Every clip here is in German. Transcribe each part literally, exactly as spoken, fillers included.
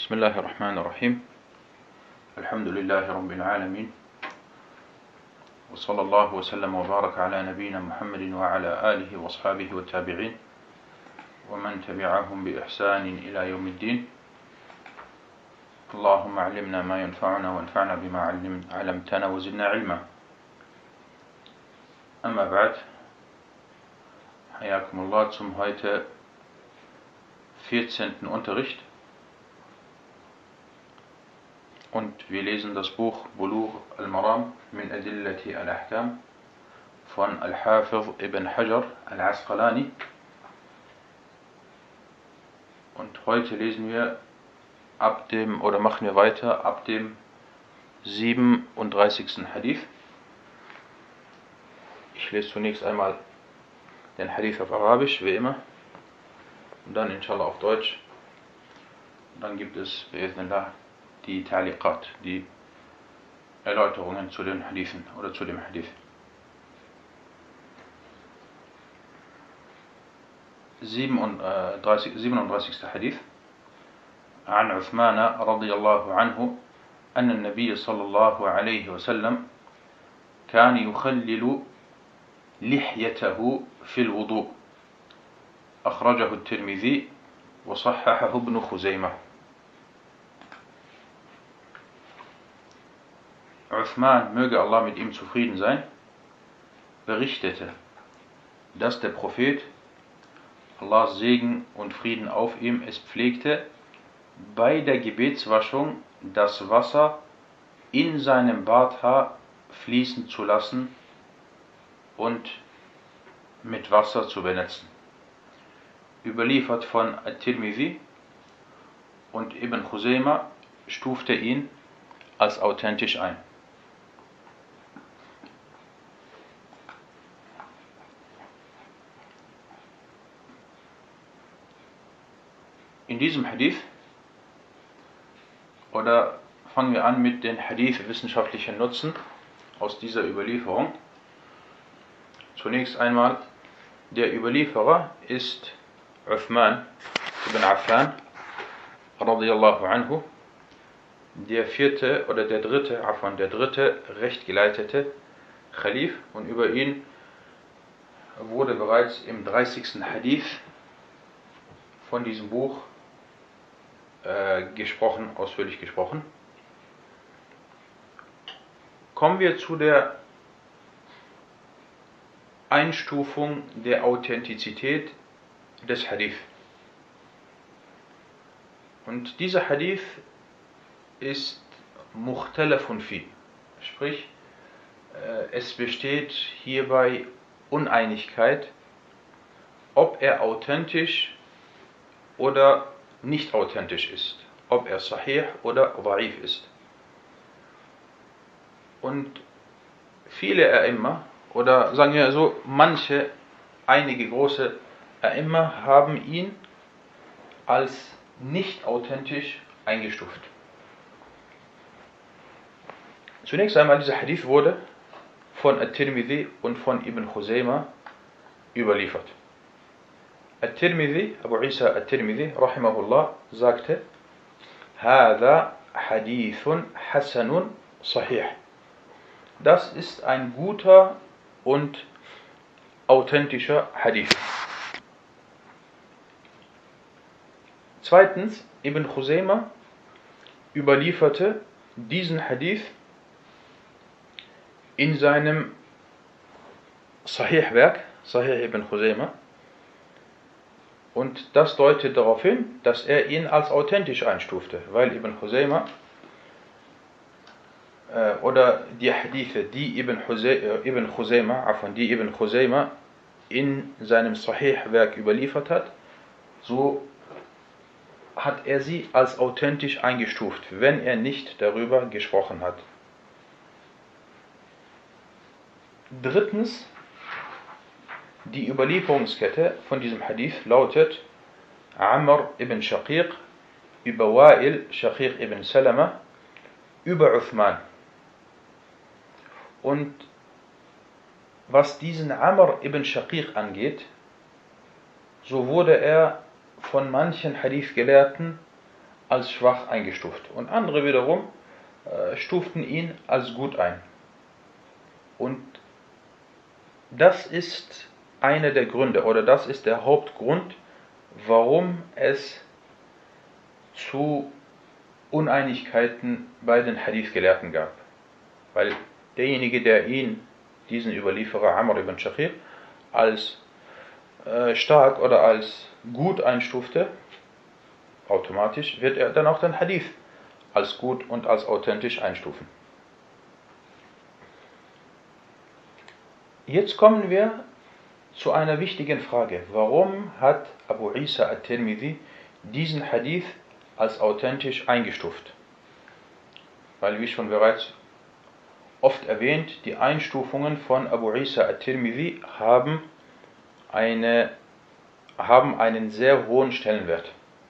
بسم الله الرحمن الرحيم الحمد لله رب العالمين وصلى الله وسلم وبارك على نبينا محمد وعلى آله وأصحابه والتابعين ومن تبعهم بإحسان إلى يوم الدين اللهم علمنا ما ينفعنا وانفعنا بما علمتنا وزدنا علما. أما بعد, حياكم الله zum heute vierzehnten Unterricht. Und wir lesen das Buch Bulugh al-Maram min Adillati al-Ahkam von Al-Hafiz ibn Hajar al-Asqalani. Und heute lesen wir ab dem, oder machen wir weiter ab dem siebenunddreißigsten Hadith. Ich lese zunächst einmal den Hadith auf Arabisch, wie immer, und dann inshallah auf Deutsch. Und dann gibt es bi'idhnillah die Ta'liqat, die Erläuterungen zu den Hadithen oder zu dem Hadith. siebenunddreißigster Hadith. عن عثمان رضي الله عنه أن النبي صلى الله عليه وسلم كان يخلل لحيته في الوضوء أخرجه الترمذي وصححه ابن خزيمة. Uthman, möge Allah mit ihm zufrieden sein, berichtete, dass der Prophet, Allahs Segen und Frieden auf ihm, es pflegte, bei der Gebetswaschung das Wasser in seinem Barthaar fließen zu lassen und mit Wasser zu benetzen. Überliefert von At-Tirmidhi, und Ibn Khuzaymah stufte ihn als authentisch ein. In diesem Hadith, oder fangen wir an mit den Hadith-wissenschaftlichen Nutzen aus dieser Überlieferung. Zunächst einmal, der Überlieferer ist Uthman ibn Affan radiyallahu anhu, der vierte oder der dritte, Affan, der dritte rechtgeleitete Khalif, und über ihn wurde bereits im dreißigsten Hadith von diesem Buch äh, gesprochen, ausführlich gesprochen. Kommen wir zu der Einstufung der Authentizität des Hadith. Und dieser Hadith ist mukhtalafun fi, sprich, äh, es besteht hierbei Uneinigkeit, ob er authentisch oder nicht authentisch ist, ob er sahih oder da'if ist. Und viele A'imma, oder sagen wir so, manche, einige große A'imma haben ihn als nicht authentisch eingestuft. Zunächst einmal, dieser Hadith wurde von At-Tirmidhi und von Ibn Khuzaymah überliefert. At-Tirmidhi, Abu Isa At-Tirmidhi, rahimahullah, sagte: Hada hadithun hasanun sahih. Das ist ein guter und authentischer Hadith. Zweitens, Ibn Khuzaymah überlieferte diesen Hadith in seinem Sahih-Werk, Sahih Ibn Khuzaymah, und das deutet darauf hin, dass er ihn als authentisch einstufte, weil Ibn Khuzaymah äh, oder die Hadithe, die Ibn Khuzaymah, Afwan, die Ibn Khuzaymah in seinem Sahih-Werk überliefert hat, so hat er sie als authentisch eingestuft, wenn er nicht darüber gesprochen hat. Drittens, die Überlieferungskette von diesem Hadith lautet: Amr ibn Shaqiq über Wa'il, Shaqiq ibn Salama über Uthman. Und was diesen Amr ibn Shaqiq angeht, so wurde er von manchen Hadith-Gelehrten als schwach eingestuft und andere wiederum äh, stuften ihn als gut ein. Und das ist einer der Gründe oder das ist der Hauptgrund, warum es zu Uneinigkeiten bei den Hadith-Gelehrten gab. Weil derjenige, der ihn, diesen Überlieferer Amr ibn Shaqiq, als äh, stark oder als gut einstufte, automatisch wird er dann auch den Hadith als gut und als authentisch einstufen. Jetzt kommen wir zu einer wichtigen Frage. Warum hat Abu Isa at-Tirmidhi diesen Hadith als authentisch eingestuft? Weil, wie schon bereits oft erwähnt, die Einstufungen von Abu Isa at-Tirmidhi haben, eine, haben einen sehr hohen Stellenwert.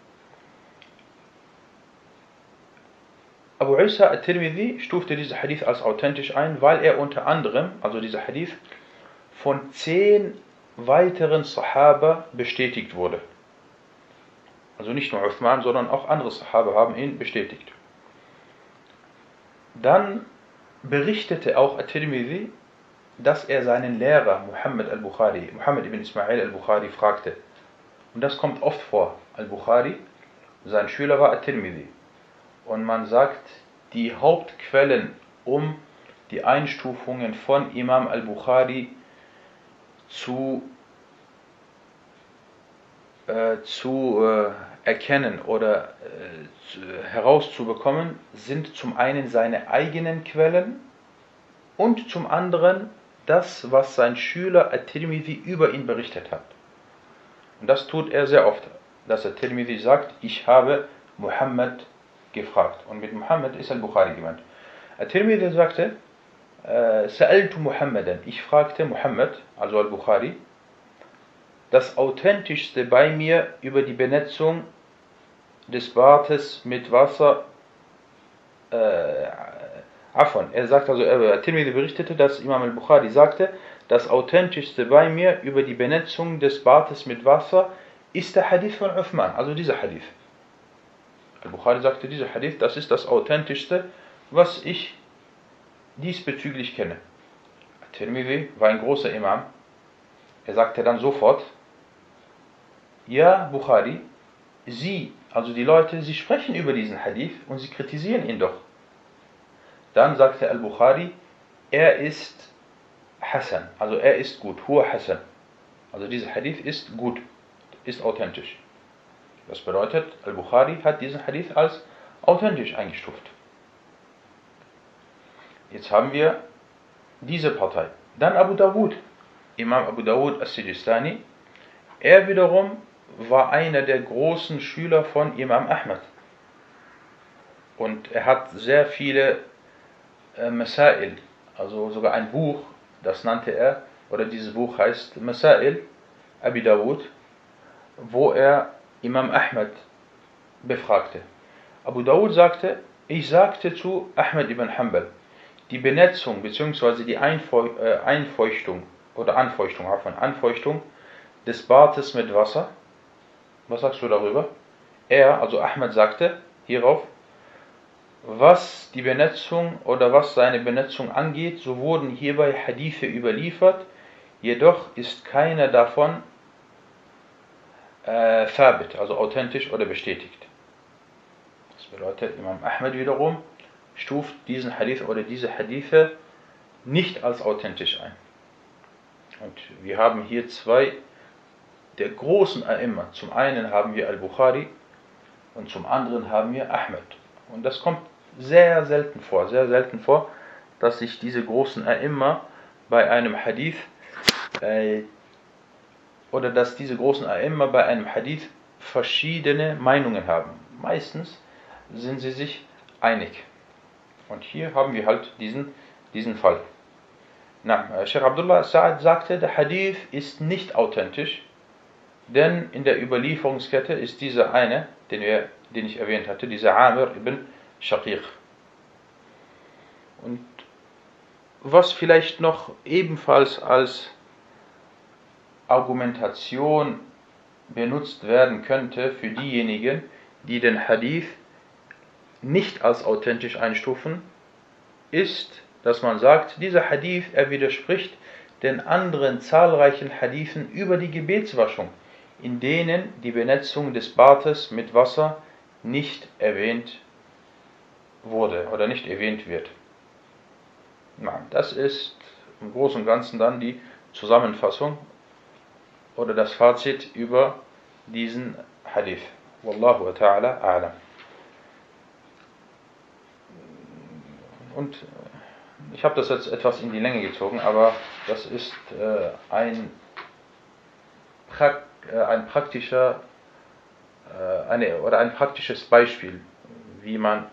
Abu Isa at-Tirmidhi stufte diesen Hadith als authentisch ein, weil er unter anderem, also dieser Hadith, von zehn weiteren Sahaba bestätigt wurde. Also nicht nur Uthman, sondern auch andere Sahaba haben ihn bestätigt. Dann berichtete auch at-Tirmidhi, dass er seinen Lehrer Muhammad al-Bukhari, Muhammad ibn Ismail al-Bukhari fragte. Und das kommt oft vor. Al-Bukhari, sein Schüler war at-Tirmidhi. Und man sagt, die Hauptquellen, um die Einstufungen von Imam al-Bukhari zu, äh, zu äh, erkennen oder äh, zu, herauszubekommen, sind zum einen seine eigenen Quellen und zum anderen das, was sein Schüler at-Tirmidhi über ihn berichtet hat. Und das tut er sehr oft, dass at-Tirmidhi sagt, ich habe Muhammad gefragt. Und mit Muhammad ist al-Bukhari gemeint. At-Tirmidhi sagte, Sa'altu Muhammadan, ich fragte Muhammad, also al-Bukhari, das authentischste bei mir über die Benetzung des Bartes mit Wasser, äh, Afon. Er sagt also, at-Tirmidhi berichtete, dass Imam al-Bukhari sagte, das authentischste bei mir über die Benetzung des Bartes mit Wasser ist der Hadith von Uthman, also dieser Hadith. Al-Bukhari sagte, dieser Hadith, das ist das authentischste, was ich diesbezüglich kenne. At-Tirmidhi war ein großer Imam. Er sagte dann sofort, ja, Bukhari, Sie, also die Leute, sie sprechen über diesen Hadith und sie kritisieren ihn doch. Dann sagte al-Bukhari, er ist Hasan, also er ist gut, Huwa Hasan. Also dieser Hadith ist gut, ist authentisch. Das bedeutet, al-Bukhari hat diesen Hadith als authentisch eingestuft. Jetzt haben wir diese Partei. Dann Abu Dawud, Imam Abu Dawud as-Sijistani. Er wiederum war einer der großen Schüler von Imam Ahmad. Und er hat sehr viele äh, Masail, also sogar ein Buch, das nannte er, oder dieses Buch heißt Masail Abu Dawud, wo er Imam Ahmad befragte. Abu Dawud sagte, ich sagte zu Ahmad ibn Hanbal, die Benetzung bzw. die Einfeuchtung oder Anfeuchtung, Anfeuchtung des Bartes mit Wasser. Was sagst du darüber? Er, also Ahmad, sagte hierauf, was die Benetzung oder was seine Benetzung angeht, so wurden hierbei Hadithe überliefert, jedoch ist keiner davon äh, thabit, also authentisch oder bestätigt. Das bedeutet, Imam Ahmad wiederum stuft diesen Hadith oder diese Hadithe nicht als authentisch ein. Und wir haben hier zwei der großen A'imma. Zum einen haben wir al-Bukhari und zum anderen haben wir Ahmad. Und das kommt sehr selten vor, sehr selten vor, dass sich diese großen A'imma bei einem Hadith äh, oder dass diese großen A'imma bei einem Hadith verschiedene Meinungen haben. Meistens sind sie sich einig. Und hier haben wir halt diesen, diesen Fall. Na, Sheikh Abdullah Sa'ad sagte, der Hadith ist nicht authentisch, denn in der Überlieferungskette ist dieser eine, den, wir, den ich erwähnt hatte, dieser Amr ibn Shaqiq. Und was vielleicht noch ebenfalls als Argumentation benutzt werden könnte für diejenigen, die den Hadith nicht als authentisch einstufen, ist, dass man sagt, dieser Hadith, er widerspricht den anderen zahlreichen Hadithen über die Gebetswaschung, in denen die Benetzung des Bartes mit Wasser nicht erwähnt wurde oder nicht erwähnt wird. Das ist im Großen und Ganzen dann die Zusammenfassung oder das Fazit über diesen Hadith. Wallahu ta'ala a'lam. Und ich habe das jetzt etwas in die Länge gezogen, aber das ist äh, ein, pra äh, ein praktischer äh, eine, oder ein praktisches Beispiel, wie man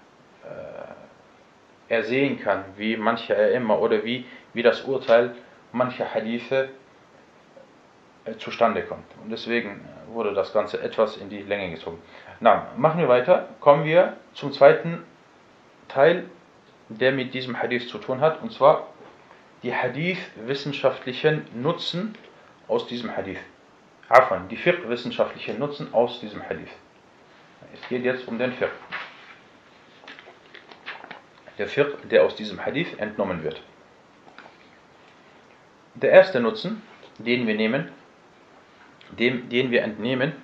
äh, ersehen kann, wie manche immer oder wie, wie das Urteil mancher Hadithe äh, zustande kommt. Und deswegen wurde das Ganze etwas in die Länge gezogen. Na, machen wir weiter. Kommen wir zum zweiten Teil, der mit diesem Hadith zu tun hat, und zwar die Hadith-wissenschaftlichen Nutzen aus diesem Hadith. Afan, die Fiqh-wissenschaftlichen Nutzen aus diesem Hadith. Es geht jetzt um den Fiqh. Der Fiqh, der aus diesem Hadith entnommen wird. Der erste Nutzen, den wir nehmen, dem, den wir entnehmen,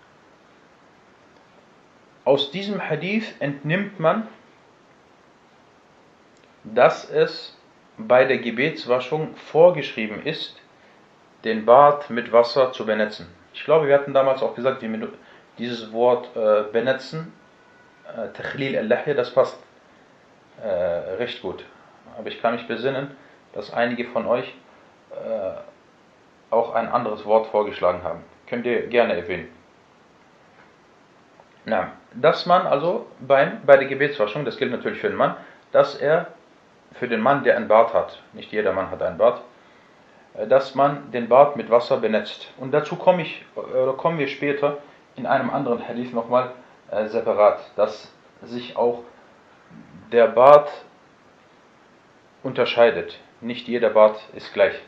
aus diesem Hadith entnimmt man, dass es bei der Gebetswaschung vorgeschrieben ist, den Bart mit Wasser zu benetzen. Ich glaube, wir hatten damals auch gesagt, wie mit dieses Wort äh, benetzen, äh, Takhlil al-Lahya, das passt äh, recht gut. Aber ich kann mich besinnen, dass einige von euch äh, auch ein anderes Wort vorgeschlagen haben. Könnt ihr gerne erwähnen. Na, dass man also beim, bei der Gebetswaschung, das gilt natürlich für den Mann, dass er für den Mann, der einen Bart hat, nicht jeder Mann hat einen Bart, dass man den Bart mit Wasser benetzt. Und dazu komme ich, oder kommen wir später in einem anderen Hadith nochmal äh, separat, dass sich auch der Bart unterscheidet. Nicht jeder Bart ist gleich.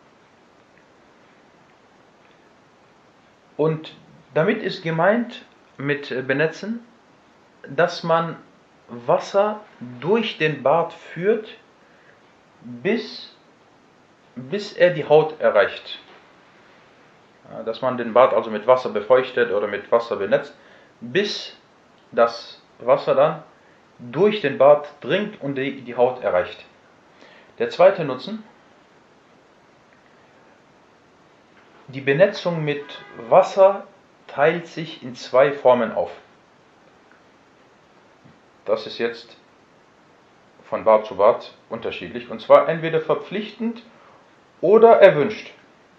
Und damit ist gemeint mit Benetzen, dass man Wasser durch den Bart führt, bis, bis er die Haut erreicht. Dass man den Bart also mit Wasser befeuchtet oder mit Wasser benetzt, bis das Wasser dann durch den Bart dringt und die, die Haut erreicht. Der zweite Nutzen: Die Benetzung mit Wasser teilt sich in zwei Formen auf. Das ist jetzt von Bart zu Bart unterschiedlich, und zwar entweder verpflichtend oder erwünscht.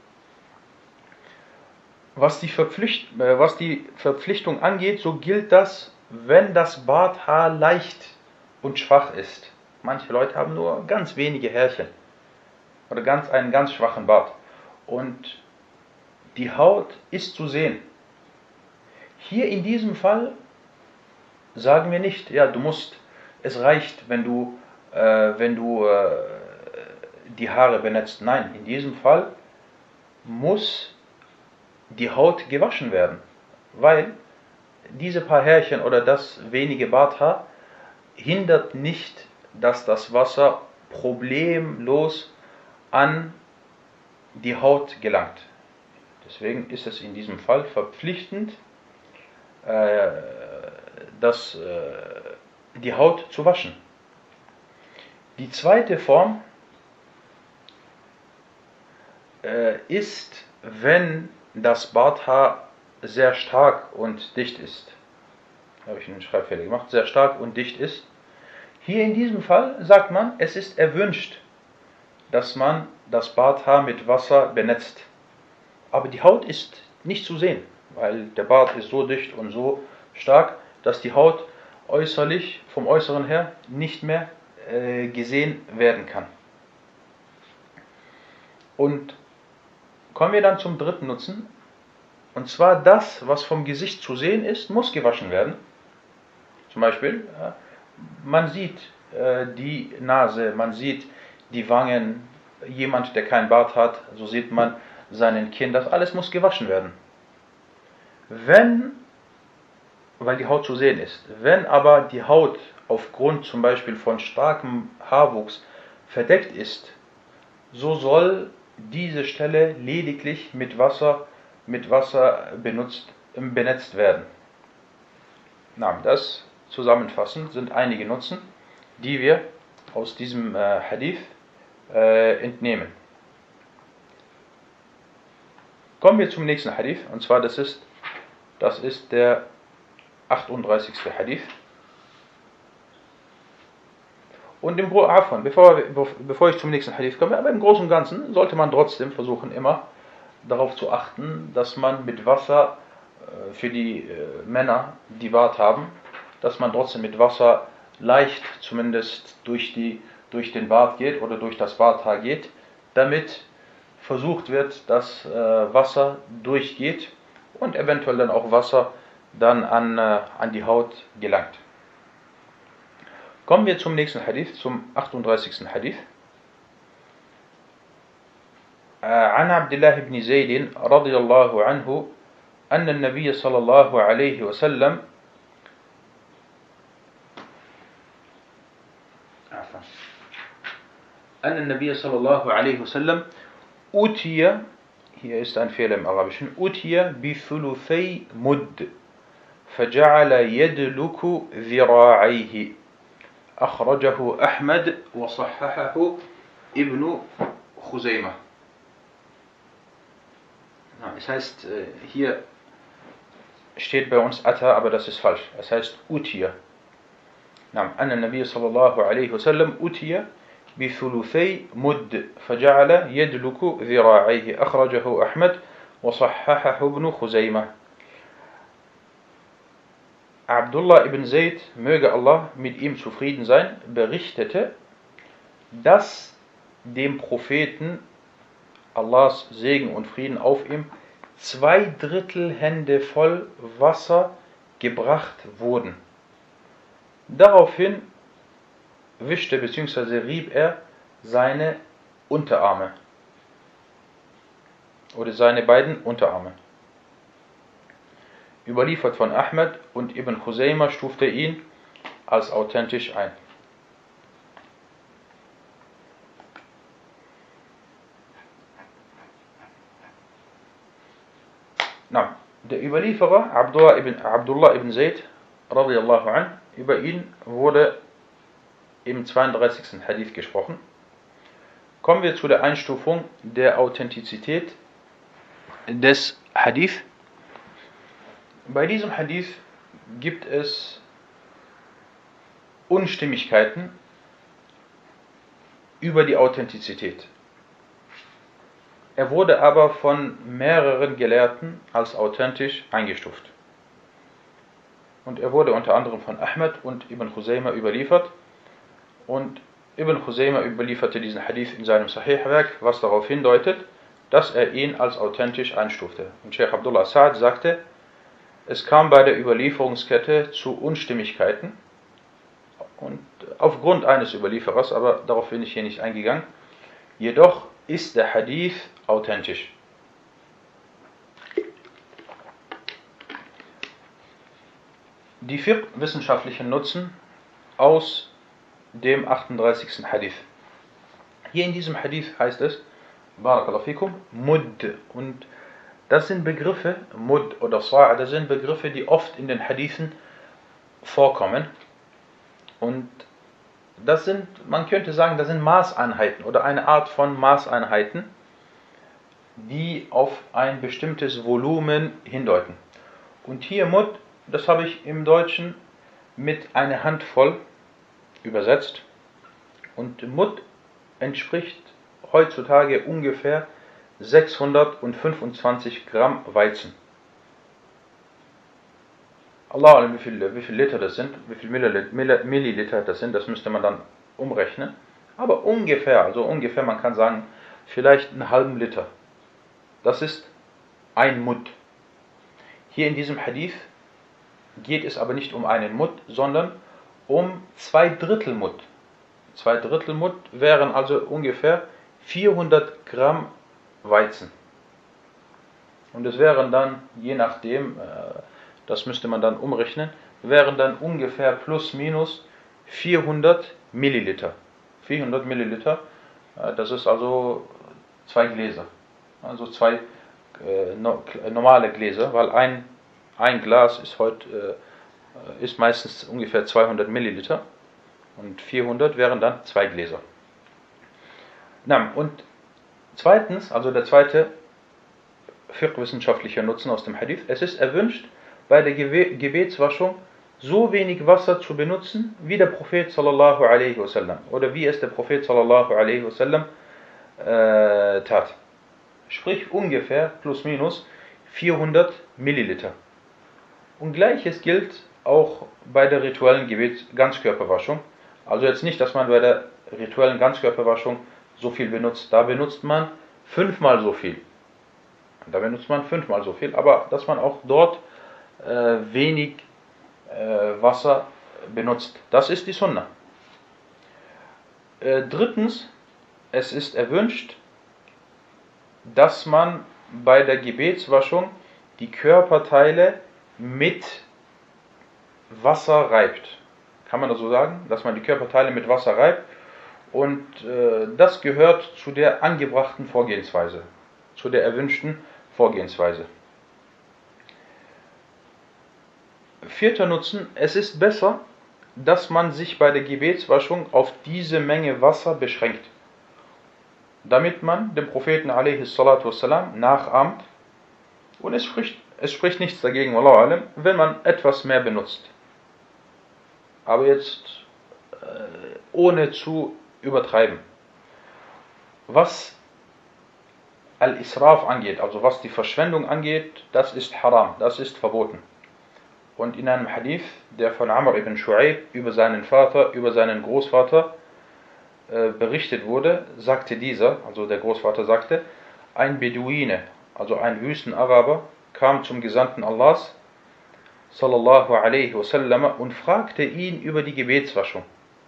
Was die, Verpflicht, äh, was die Verpflichtung angeht, so gilt das, wenn das Barthaar leicht und schwach ist. Manche Leute haben nur ganz wenige Härchen oder ganz, einen ganz schwachen Bart und die Haut ist zu sehen. Hier in diesem Fall sagen wir nicht, ja, du musst, es reicht, wenn du, äh, wenn du äh, die Haare benetzt. Nein, in diesem Fall muss die Haut gewaschen werden, weil diese paar Härchen oder das wenige Barthaar hindert nicht, dass das Wasser problemlos an die Haut gelangt. Deswegen ist es in diesem Fall verpflichtend, äh, das, äh, die Haut zu waschen. Die zweite Form äh, ist, wenn das Barthaar sehr stark und dicht ist. Da habe ich einen Schreibfehler gemacht. Sehr stark und dicht ist. Hier in diesem Fall sagt man, es ist erwünscht, dass man das Barthaar mit Wasser benetzt. Aber die Haut ist nicht zu sehen, weil der Bart ist so dicht und so stark, dass die Haut äußerlich, vom Äußeren her, nicht mehr äh, gesehen werden kann. Und kommen wir dann zum dritten Nutzen. Und zwar das, was vom Gesicht zu sehen ist, muss gewaschen werden. Zum Beispiel, äh, man sieht äh, die Nase, man sieht die Wangen. Jemand, der keinen Bart hat, so sieht man seinen Kinn. Das alles muss gewaschen werden. Wenn weil die Haut zu sehen ist. Wenn aber die Haut aufgrund zum Beispiel von starkem Haarwuchs verdeckt ist, so soll diese Stelle lediglich mit Wasser, mit Wasser benutzt, benetzt werden. Na, das zusammenfassend sind einige Nutzen, die wir aus diesem äh, Hadith äh, entnehmen. Kommen wir zum nächsten Hadith, und zwar das ist, das ist der achtunddreißigste Hadith. Und im Großen, ah, bevor, bevor ich zum nächsten Hadith komme, aber im Großen und Ganzen sollte man trotzdem versuchen, immer darauf zu achten, dass man mit Wasser äh, für die äh, Männer, die Bart haben, dass man trotzdem mit Wasser leicht zumindest durch, die, durch den Bart geht oder durch das Barthaar geht, damit versucht wird, dass äh, Wasser durchgeht und eventuell dann auch Wasser dann an, äh, an die Haut gelangt. Kommen wir zum nächsten Hadith, zum achtunddreißigsten Hadith. عن عبد الله بن زيد رضي الله عنه أن النبي صلى الله عليه وسلم أن النبي صلى الله عليه وسلم أتي, hier ist ein Fehler im Arabischen, أتي بثلثي مد فجعل يدلك ذراعيه أخرجه أحمد وصححه ابن خزيمة. Es heißt, hier steht bei uns Ata, aber das ist falsch. Es heißt Utiya. أن النبي صلى الله عليه وسلم أتي بثلثي مد فجعل يدلك ذراعيه أخرجه أحمد وصححه ابن خزيمة. Abdullah ibn Zayd, möge Allah mit ihm zufrieden sein, berichtete, dass dem Propheten, Allahs Segen und Frieden auf ihm, zwei Drittel Hände voll Wasser gebracht wurden. Daraufhin wischte bzw. rieb er seine Unterarme oder seine beiden Unterarme. Überliefert von Ahmed und Ibn Khuzayma stufte ihn als authentisch ein. Na, der Überlieferer Abdullah ibn, Abdullah ibn Zayd radiyallahu an, über ihn wurde im zweiunddreißigsten Hadith gesprochen. Kommen wir zu der Einstufung der Authentizität des Hadith. Bei diesem Hadith gibt es Unstimmigkeiten über die Authentizität. Er wurde aber von mehreren Gelehrten als authentisch eingestuft. Und er wurde unter anderem von Ahmed und Ibn Khuzayma überliefert. Und Ibn Khuzayma überlieferte diesen Hadith in seinem Sahih-Werk, was darauf hindeutet, dass er ihn als authentisch einstufte. Und Sheikh Abdullah Sa'd sagte, es kam bei der Überlieferungskette zu Unstimmigkeiten und aufgrund eines Überlieferers, aber darauf bin ich hier nicht eingegangen. Jedoch ist der Hadith authentisch. Die vier wissenschaftlichen Nutzen aus dem achtunddreißigsten Hadith. Hier in diesem Hadith heißt es, Barakallahu fikum, Mudd. Und das sind Begriffe, Mudd oder Sa', das sind Begriffe, die oft in den Hadithen vorkommen. Und das sind, man könnte sagen, das sind Maßeinheiten oder eine Art von Maßeinheiten, die auf ein bestimmtes Volumen hindeuten. Und hier Mudd, das habe ich im Deutschen mit einer Handvoll übersetzt. Und Mudd entspricht heutzutage ungefähr sechshundertfünfundzwanzig Gramm Weizen. Allah, wie viel, wie viel Liter das sind, wie viel Milliliter das sind, das müsste man dann umrechnen. Aber ungefähr, also ungefähr, man kann sagen, vielleicht einen halben Liter. Das ist ein Mudd. Hier in diesem Hadith geht es aber nicht um einen Mudd, sondern um zwei Drittel Mudd. Zwei Drittel Mudd wären also ungefähr vierhundert Gramm Weizen. Und es wären dann, je nachdem, das müsste man dann umrechnen, wären dann ungefähr plus minus vierhundert Milliliter. vierhundert Milliliter, das ist also zwei Gläser, also zwei äh, no, normale Gläser, weil ein, ein Glas ist, heute, äh, ist meistens ungefähr zweihundert Milliliter und vierhundert wären dann zwei Gläser. Na, und zweitens, also der zweite fiqh-wissenschaftliche Nutzen aus dem Hadith, es ist erwünscht, bei der Gebetswaschung so wenig Wasser zu benutzen, wie der Prophet sallallahu alaihi wasallam oder wie es der Prophet sallallahu alaihi wasallam äh, tat. Sprich ungefähr plus minus vierhundert Milliliter. Und gleiches gilt auch bei der rituellen Gebets Ganzkörperwaschung. Also jetzt nicht, dass man bei der rituellen Ganzkörperwaschung so viel benutzt. Da benutzt man fünfmal so viel. Da benutzt man fünfmal so viel, aber dass man auch dort äh, wenig äh, Wasser benutzt. Das ist die Sunna. Äh, drittens, es ist erwünscht, dass man bei der Gebetswaschung die Körperteile mit Wasser reibt. Kann man das so sagen? Dass man die Körperteile mit Wasser reibt. Und äh, das gehört zu der angebrachten Vorgehensweise, zu der erwünschten Vorgehensweise. Vierter Nutzen, es ist besser, dass man sich bei der Gebetswaschung auf diese Menge Wasser beschränkt, damit man den Propheten alaihi salatu wassalam nachahmt, und es spricht, es spricht nichts dagegen, wallahu alam, wenn man etwas mehr benutzt. Aber jetzt äh, ohne zu übertreiben. Was Al-Israf angeht, also was die Verschwendung angeht, das ist haram, das ist verboten. Und in einem Hadith, der von Amr ibn Shu'ayb über seinen Vater, über seinen Großvater äh, berichtet wurde, sagte dieser, also der Großvater sagte, ein Beduine, also ein Wüstenaraber, kam zum Gesandten Allahs, sallallahu alaihi wasallam, und fragte ihn über die Gebetswaschung.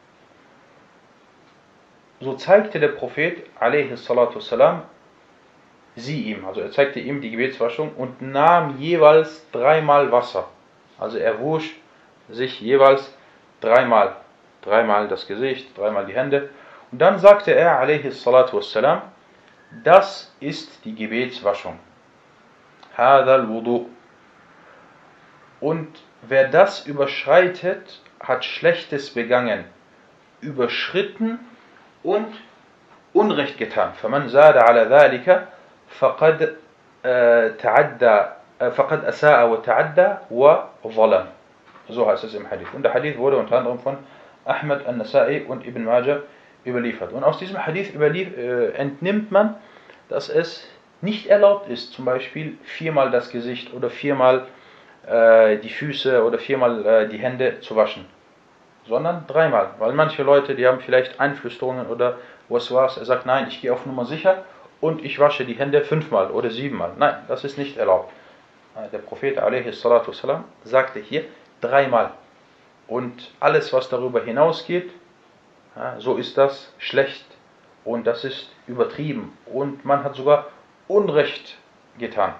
So zeigte der Prophet alaihi salatu wassalam sie ihm, also er zeigte ihm die Gebetswaschung und nahm jeweils dreimal Wasser. Also er wusch sich jeweils dreimal, dreimal das Gesicht, dreimal die Hände. Und dann sagte er alaihi salatu wassalam, das ist die Gebetswaschung. Hada al-wudu. Und wer das überschreitet, hat Schlechtes begangen, überschritten und Unrecht getan. فمن زاد على ذلك فقد تعدى فقد أساء وتعدى وظلم. So heißt es im Hadith. Und der Hadith wurde unter anderem von Ahmad al-Nasa'i und Ibn Majah überliefert. Und aus diesem Hadith überlief, äh, entnimmt man, dass es nicht erlaubt ist, zum Beispiel viermal das Gesicht oder viermal äh, die Füße oder viermal äh, die Hände zu waschen, sondern dreimal. Weil manche Leute, die haben vielleicht Einflüsterungen oder Waswas, er sagt, nein, ich gehe auf Nummer sicher und ich wasche die Hände fünfmal oder siebenmal. Nein, das ist nicht erlaubt. Der Prophet alaihi salatu wassalam sagte hier dreimal. Und alles, was darüber hinausgeht, so ist das schlecht und das ist übertrieben und man hat sogar Unrecht getan.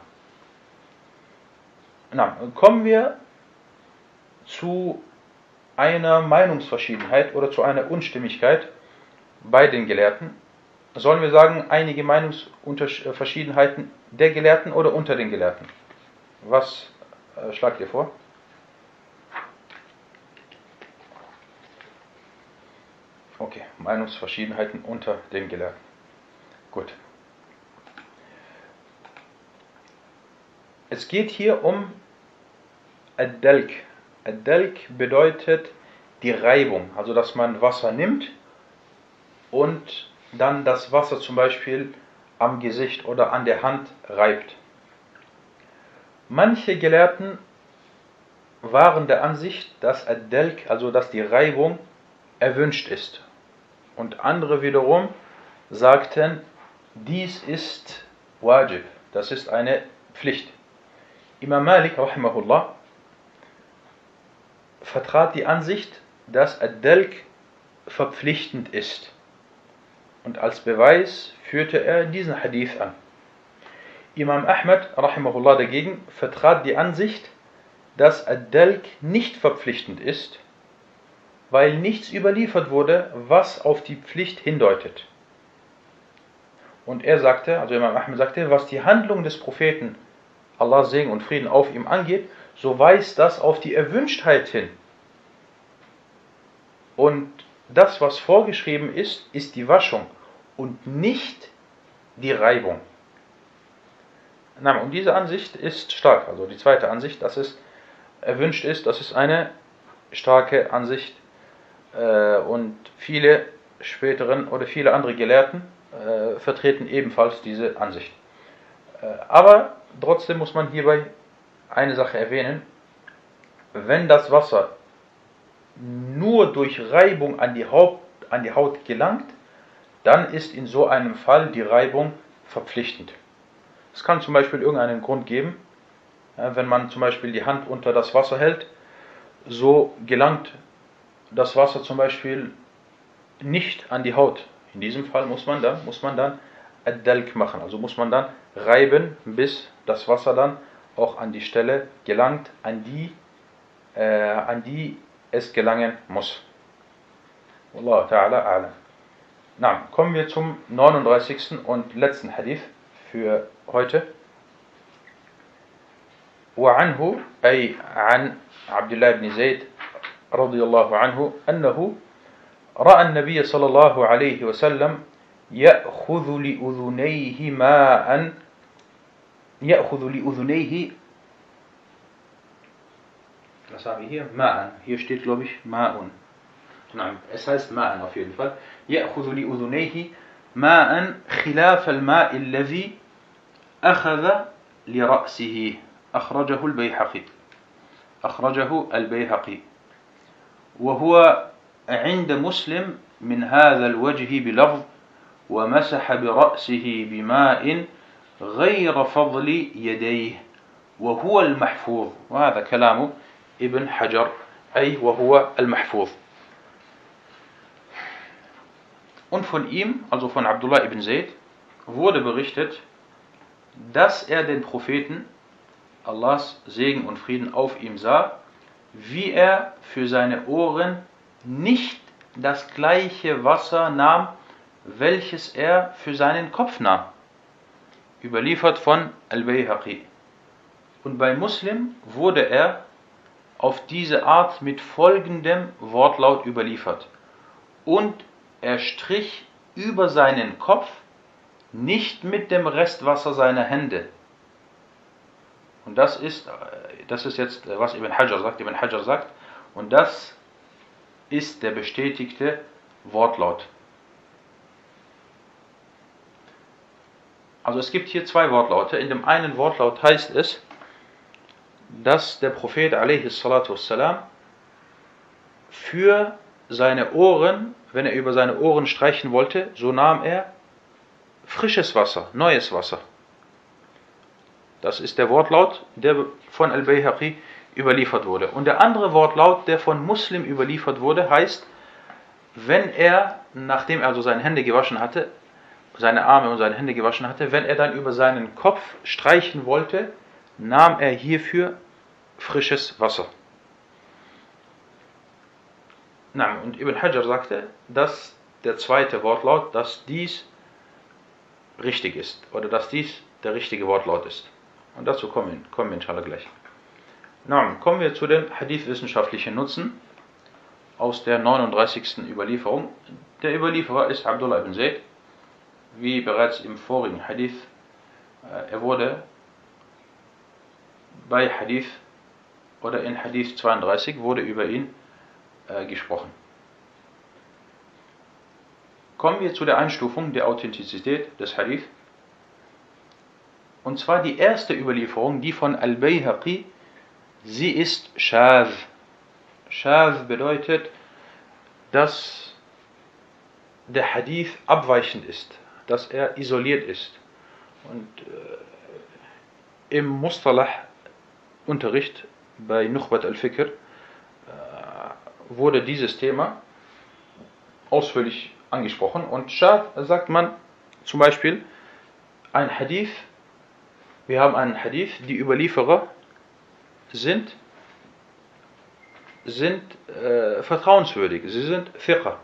Na, kommen wir zu einer Meinungsverschiedenheit oder zu einer Unstimmigkeit bei den Gelehrten. Sollen wir sagen, einige Meinungsverschiedenheiten der Gelehrten oder unter den Gelehrten? Was äh, schlagt ihr vor? Okay, Meinungsverschiedenheiten unter den Gelehrten. Gut. Es geht hier um Ad-Dalk. Ad-Dalk bedeutet die Reibung, also dass man Wasser nimmt und dann das Wasser zum Beispiel am Gesicht oder an der Hand reibt. Manche Gelehrten waren der Ansicht, dass Ad-Dalk, also dass die Reibung erwünscht ist. Und andere wiederum sagten, dies ist Wajib, das ist eine Pflicht. Imam Malik, rahimahullah, vertrat die Ansicht, dass Ad-Dalk verpflichtend ist. Und als Beweis führte er diesen Hadith an. Imam Ahmad, rahimahullah, dagegen vertrat die Ansicht, dass Ad-Dalk nicht verpflichtend ist, weil nichts überliefert wurde, was auf die Pflicht hindeutet. Und er sagte, also Imam Ahmed sagte, was die Handlung des Propheten, Allahs Segen und Frieden auf ihm angeht, so weist das auf die Erwünschtheit hin. Und das, was vorgeschrieben ist, ist die Waschung und nicht die Reibung. Und diese Ansicht ist stark, also die zweite Ansicht, dass es erwünscht ist, das ist eine starke Ansicht. Und viele späteren oder viele andere Gelehrten äh, vertreten ebenfalls diese Ansicht. Äh, aber trotzdem muss man hierbei eine Sache erwähnen: Wenn das Wasser nur durch Reibung an die Haut, an die Haut gelangt, dann ist in so einem Fall die Reibung verpflichtend. Es kann zum Beispiel irgendeinen Grund geben, ja, wenn man zum Beispiel die Hand unter das Wasser hält, so gelangt das Wasser zum Beispiel nicht an die Haut. In diesem Fall muss man dann, muss man dann Ad-Dalk machen, also muss man dann reiben, bis das Wasser dann auch an die Stelle gelangt, an die, äh, an die es gelangen muss. Wallahu ta'ala a'lam. Na, kommen wir zum neununddreißigsten und letzten Hadith für heute. وعنه أي عن عبد الله بن زيد رضي الله عنه أنه رأى النبي صلى الله عليه وسلم يأخذ لأذنيه ماء يأخذ لأذنيه was habe ich hier? Ma'an. Hier steht, glaube ich, Ma'un. Nein, es heißt Ma'an auf jeden Fall. يأخذ لأذنيه ماء خلاف الماء الذي أخذ لرأسه أخرجه البيهقي أخرجه البيهقي وهو عند مسلم من هذا الوجه بلفظ ومسح برأسه بماء غير فضل يديه وهو المحفوظ. وهذا كلام ابن حجر أي وهو المحفوظ. Und von ihm, also von Abdullah ibn Zayd, wurde berichtet, dass er den Propheten, Allahs Segen und Frieden auf ihm sah, wie er für seine Ohren nicht das gleiche Wasser nahm, welches er für seinen Kopf nahm. Überliefert von Al-Bayhaqi. Und bei Muslim wurde er auf diese Art mit folgendem Wortlaut überliefert: Und er strich über seinen Kopf, nicht mit dem Restwasser seiner Hände. Und das ist, das ist jetzt, was Ibn Hajar sagt, Ibn Hajar sagt, und das ist der bestätigte Wortlaut. Also es gibt hier zwei Wortlaute. In dem einen Wortlaut heißt es, dass der Prophet a.s. für seine Ohren, wenn er über seine Ohren streichen wollte, so nahm er frisches Wasser, neues Wasser. Das ist der Wortlaut, der von Al-Bayhaqi überliefert wurde. Und der andere Wortlaut, der von Muslim überliefert wurde, heißt, wenn er, nachdem er also seine Hände gewaschen hatte, seine Arme und seine Hände gewaschen hatte, wenn er dann über seinen Kopf streichen wollte, nahm er hierfür frisches Wasser. Na, und Ibn Hajar sagte, dass der zweite Wortlaut, dass dies richtig ist, oder dass dies der richtige Wortlaut ist. Und dazu kommen, kommen wir inshallah gleich. Na, kommen wir zu den hadithwissenschaftlichen Nutzen aus der neununddreißigsten Überlieferung. Der Überlieferer ist Abdullah ibn Zayd, wie bereits im vorigen Hadith. Er wurde bei Hadith oder in Hadith zweiunddreißig wurde über ihn äh, gesprochen. Kommen wir zu der Einstufung der Authentizität des Hadith. Und zwar die erste Überlieferung, die von Al-Bayhaqi, sie ist Shadh. Shadh bedeutet, dass der Hadith abweichend ist, dass er isoliert ist. Und äh, im Mustalah-Unterricht bei Nukhbat al-Fikr äh, wurde dieses Thema ausführlich angesprochen. Und Shadh sagt man zum Beispiel, ein Hadith, wir haben einen Hadith, die Überlieferer sind sind äh, vertrauenswürdig, sie sind Thiqa.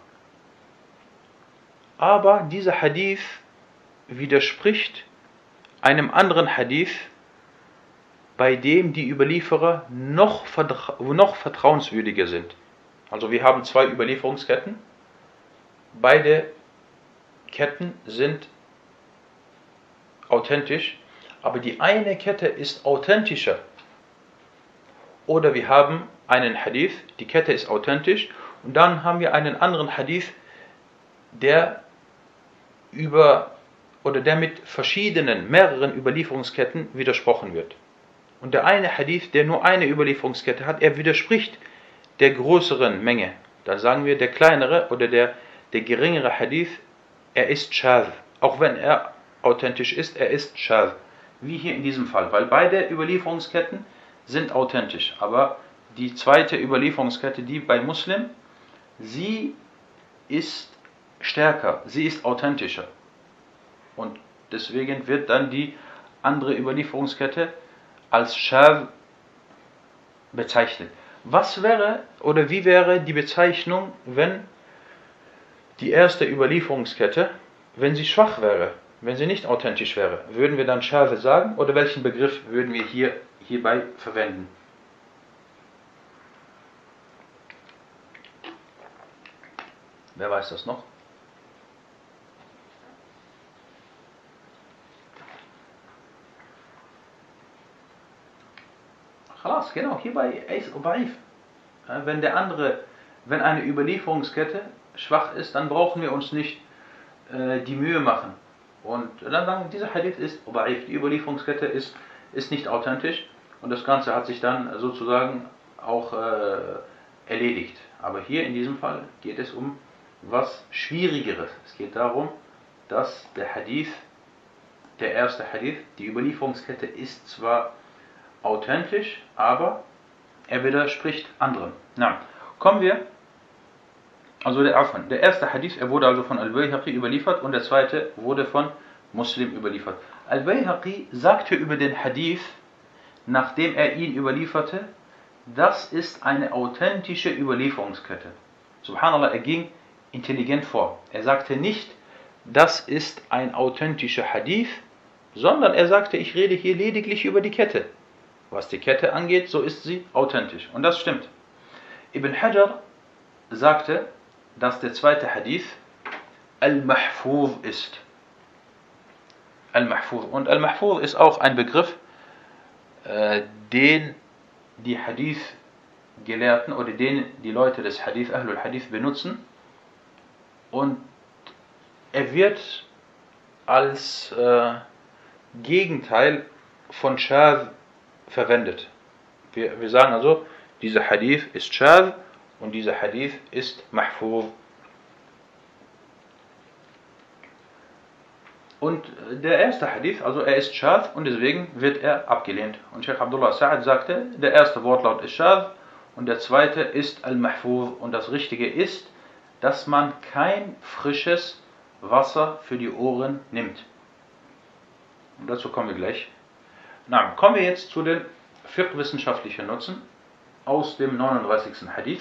Aber dieser Hadith widerspricht einem anderen Hadith, bei dem die Überlieferer noch, vertra noch vertrauenswürdiger sind. Also wir haben zwei Überlieferungsketten. Beide Ketten sind authentisch, aber die eine Kette ist authentischer. Oder wir haben einen Hadith, die Kette ist authentisch, und dann haben wir einen anderen Hadith, der über oder der mit verschiedenen, mehreren Überlieferungsketten widersprochen wird. Und der eine Hadith, der nur eine Überlieferungskette hat, er widerspricht der größeren Menge. Dann sagen wir, der kleinere oder der, der geringere Hadith, er ist Shadh. Auch wenn er authentisch ist, er ist Shadh. Wie hier in diesem Fall, weil beide Überlieferungsketten sind authentisch. Aber die zweite Überlieferungskette, die bei Muslim, sie ist stärker, sie ist authentischer. Und deswegen wird dann die andere Überlieferungskette als Shadh bezeichnet. Was wäre oder wie wäre die Bezeichnung, wenn die erste Überlieferungskette, wenn sie schwach wäre, wenn sie nicht authentisch wäre? Würden wir dann Shadh sagen oder welchen Begriff würden wir hier hierbei verwenden? Wer weiß das noch? Khalas, genau, hierbei ist Daif. Wenn der andere, wenn eine Überlieferungskette schwach ist, dann brauchen wir uns nicht äh, die Mühe machen. Und dann sagen, dieser Hadith ist Daif, die Überlieferungskette ist, ist nicht authentisch und das Ganze hat sich dann sozusagen auch äh, erledigt. Aber hier in diesem Fall geht es um was Schwierigeres. Es geht darum, dass der Hadith, der erste Hadith, die Überlieferungskette ist zwar authentisch, aber er widerspricht anderen. Na, kommen wir, also der Afan, der erste Hadith, er wurde also von Al-Bayhaqi überliefert und der zweite wurde von Muslim überliefert. Al-Bayhaqi sagte über den Hadith, nachdem er ihn überlieferte, das ist eine authentische Überlieferungskette. Subhanallah, er ging intelligent vor. Er sagte nicht, das ist ein authentischer Hadith, sondern er sagte, ich rede hier lediglich über die Kette. Was die Kette angeht, so ist sie authentisch. Und das stimmt. Ibn Hajar sagte, dass der zweite Hadith Al-Mahfuz ist. Al-Mahfuz. Und Al-Mahfuz ist auch ein Begriff, äh, den die Hadith-Gelehrten oder den die Leute des Hadith, Ahlul Hadith benutzen. Und er wird als äh, Gegenteil von Shadh verwendet. Wir, wir sagen also, dieser Hadith ist Shadh und dieser Hadith ist Mahfuz. Und der erste Hadith, also er ist Shadh und deswegen wird er abgelehnt. Und Sheikh Abdullah Sa'ad sagte, der erste Wortlaut ist Shadh und der zweite ist Al-Mahfuz. Und das Richtige ist, dass man kein frisches Wasser für die Ohren nimmt. Und dazu kommen wir gleich. Na, kommen wir jetzt zu den fiqh-wissenschaftlichen Nutzen aus dem neununddreißigsten Hadith.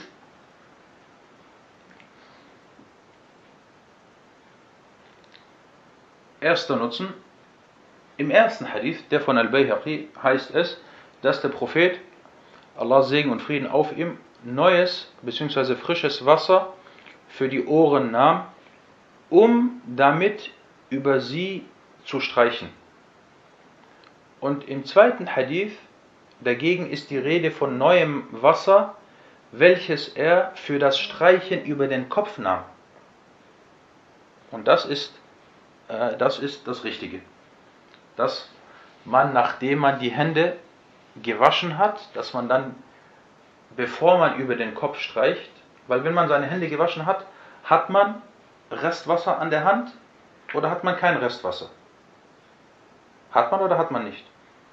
Erster Nutzen. Im ersten Hadith, der von Al-Bayhaqi, heißt es, dass der Prophet, Allahs Segen und Frieden auf ihm, neues bzw. frisches Wasser für die Ohren nahm, um damit über sie zu streichen. Und im zweiten Hadith dagegen ist die Rede von neuem Wasser, welches er für das Streichen über den Kopf nahm. Und das ist, äh, das ist das Richtige. Dass man, nachdem man die Hände gewaschen hat, dass man dann, bevor man über den Kopf streicht, weil wenn man seine Hände gewaschen hat, hat man Restwasser an der Hand oder hat man kein Restwasser? Hat man oder hat man nicht?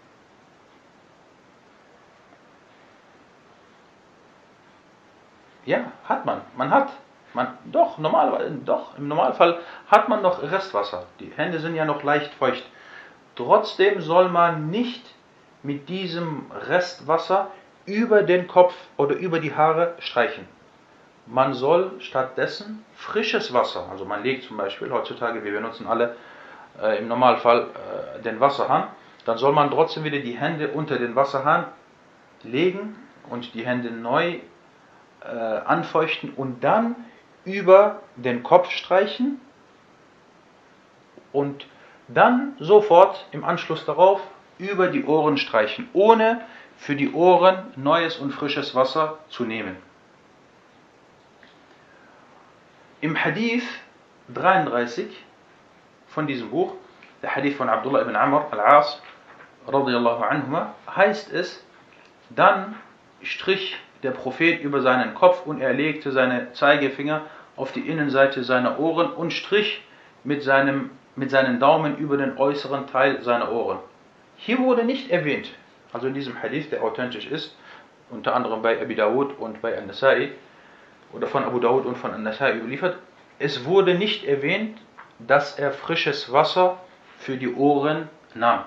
Ja, hat man. Man hat. Man, doch, normalerweise, doch, im Normalfall hat man noch Restwasser. Die Hände sind ja noch leicht feucht. Trotzdem soll man nicht mit diesem Restwasser über den Kopf oder über die Haare streichen. Man soll stattdessen frisches Wasser, also man legt zum Beispiel heutzutage, wir benutzen alle äh, im Normalfall äh, den Wasserhahn, dann soll man trotzdem wieder die Hände unter den Wasserhahn legen und die Hände neu äh, anfeuchten und dann über den Kopf streichen und dann sofort im Anschluss darauf über die Ohren streichen, ohne für die Ohren neues und frisches Wasser zu nehmen. Im Hadith dreiunddreißig von diesem Buch, der Hadith von Abdullah ibn Amr al-As, radiyallahu anhuma, heißt es, dann strich der Prophet über seinen Kopf und er legte seine Zeigefinger auf die Innenseite seiner Ohren und strich mit, seinem, mit seinen Daumen über den äußeren Teil seiner Ohren. Hier wurde nicht erwähnt, also in diesem Hadith, der authentisch ist, unter anderem bei Abi Dawud und bei An-Nasai, oder von Abu Dawud und von An-Nasai überliefert, es wurde nicht erwähnt, dass er frisches Wasser für die Ohren nahm.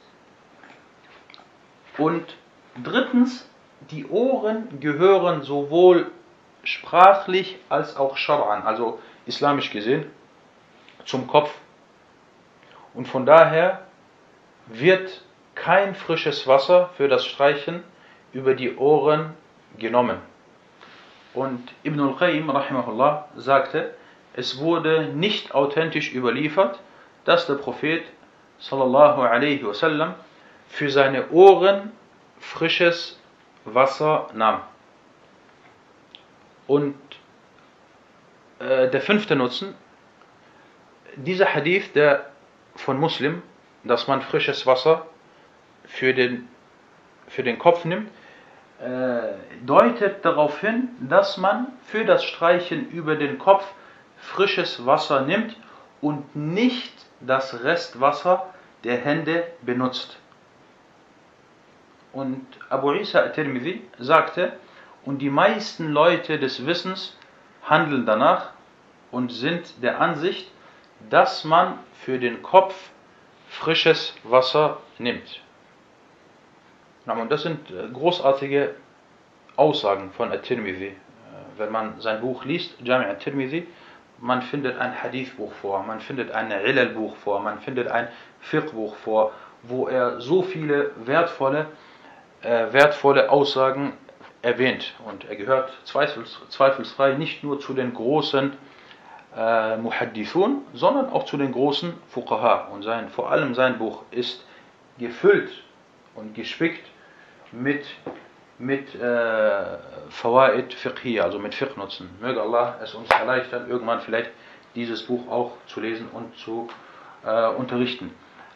Und drittens, die Ohren gehören sowohl sprachlich als auch Schar'an, also islamisch gesehen, zum Kopf. Und von daher wird kein frisches Wasser für das Streichen über die Ohren genommen. Und Ibn al-Qayyim rahimahullah sagte, es wurde nicht authentisch überliefert, dass der Prophet sallallahu alaihi wasallam für seine Ohren frisches Wasser nahm. Und äh, der fünfte Nutzen, dieser Hadith, der von Muslim, dass man frisches Wasser für den, für den Kopf nimmt, äh, deutet darauf hin, dass man für das Streichen über den Kopf frisches Wasser nimmt und nicht das Restwasser der Hände benutzt. Und Abu Isa at-Tirmidhi sagte, und die meisten Leute des Wissens handeln danach und sind der Ansicht, dass man für den Kopf frisches Wasser nimmt. Und das sind großartige Aussagen von at-Tirmidhi. Wenn man sein Buch liest, Jami' at-Tirmidhi, man findet ein Hadith-Buch vor, man findet ein Ilal-Buch vor, man findet ein Fiqh-Buch vor, wo er so viele wertvolle, äh, wertvolle Aussagen erwähnt. Und er gehört zweifels, zweifelsfrei nicht nur zu den großen äh, Muhaddithun, sondern auch zu den großen Fuqaha. Und sein, vor allem sein Buch ist gefüllt und gespickt mit, mit äh, Fawaid Fiqhiyya, also mit Fiqh-Nutzen. Möge Allah es uns erleichtern, irgendwann vielleicht dieses Buch auch zu lesen und zu äh, unterrichten.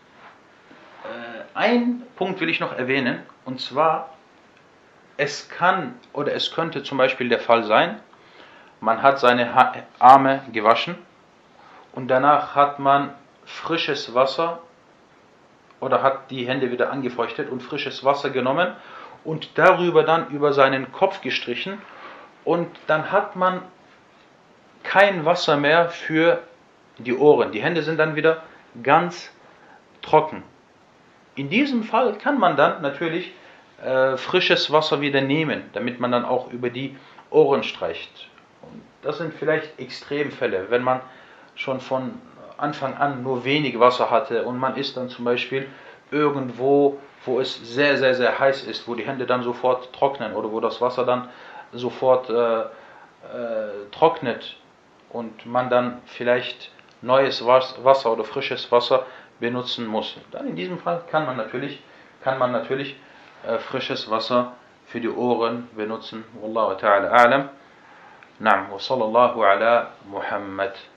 Äh, ein Punkt will ich noch erwähnen, und zwar, es kann oder es könnte zum Beispiel der Fall sein, man hat seine ha- Arme gewaschen und danach hat man frisches Wasser oder hat die Hände wieder angefeuchtet und frisches Wasser genommen und darüber dann über seinen Kopf gestrichen und dann hat man kein Wasser mehr für die Ohren. Die Hände sind dann wieder ganz trocken. In diesem Fall kann man dann natürlich äh, frisches Wasser wieder nehmen, damit man dann auch über die Ohren streicht. Und das sind vielleicht Extremfälle, wenn man schon von Anfang an nur wenig Wasser hatte und man ist dann zum Beispiel irgendwo, wo es sehr, sehr, sehr heiß ist, wo die Hände dann sofort trocknen oder wo das Wasser dann sofort äh, äh, trocknet und man dann vielleicht neues Wasser oder frisches Wasser benutzen muss. Dann in diesem Fall kann man natürlich, kann man natürlich äh, frisches Wasser für die Ohren benutzen. Wallahu ta'ala a'lam. Na'am, wa sallallahu ala Muhammad.